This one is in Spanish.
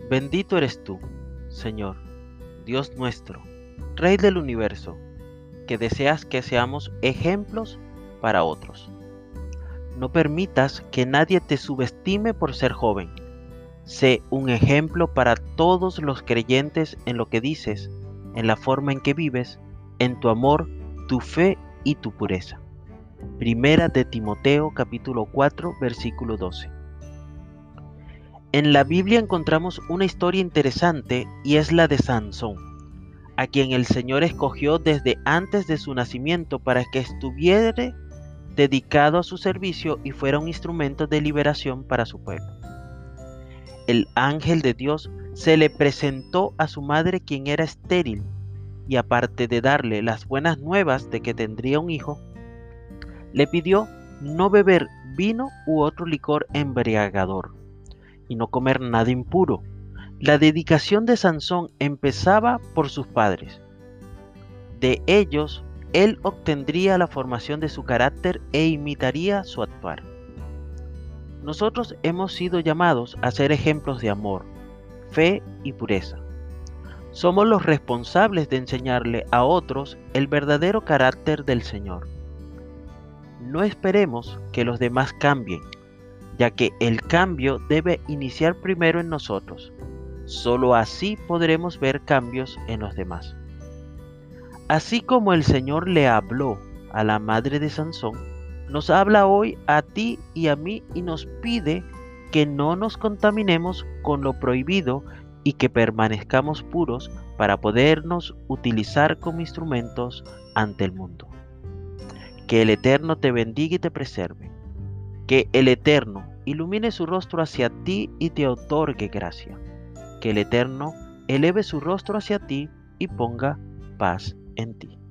Bendito eres tú, Señor, Dios nuestro, Rey del universo, que deseas que seamos ejemplos para otros. No permitas que nadie te subestime por ser joven. Sé un ejemplo para todos los creyentes en lo que dices, en la forma en que vives, en tu amor, tu fe y tu pureza. Primera de Timoteo capítulo 4 versículo 12. En la Biblia encontramos una historia interesante y es la de Sansón, a quien el Señor escogió desde antes de su nacimiento para que estuviera dedicado a su servicio y fuera un instrumento de liberación para su pueblo. El ángel de Dios se le presentó a su madre, quien era estéril, y aparte de darle las buenas nuevas de que tendría un hijo, le pidió no beber vino u otro licor embriagador y no comer nada impuro. La dedicación de Sansón empezaba por sus padres. De ellos, él obtendría la formación de su carácter e imitaría su actuar. Nosotros hemos sido llamados a ser ejemplos de amor, fe y pureza. Somos los responsables de enseñarle a otros el verdadero carácter del Señor. No esperemos que los demás cambien, ya que el cambio debe iniciar primero en nosotros. Solo así podremos ver cambios en los demás. Así como el Señor le habló a la madre de Sansón, nos habla hoy a ti y a mí y nos pide que no nos contaminemos con lo prohibido y que permanezcamos puros para podernos utilizar como instrumentos ante el mundo. Que el Eterno te bendiga y te preserve. Que el Eterno ilumine su rostro hacia ti y te otorgue gracia. Que el Eterno eleve su rostro hacia ti y ponga paz en ti.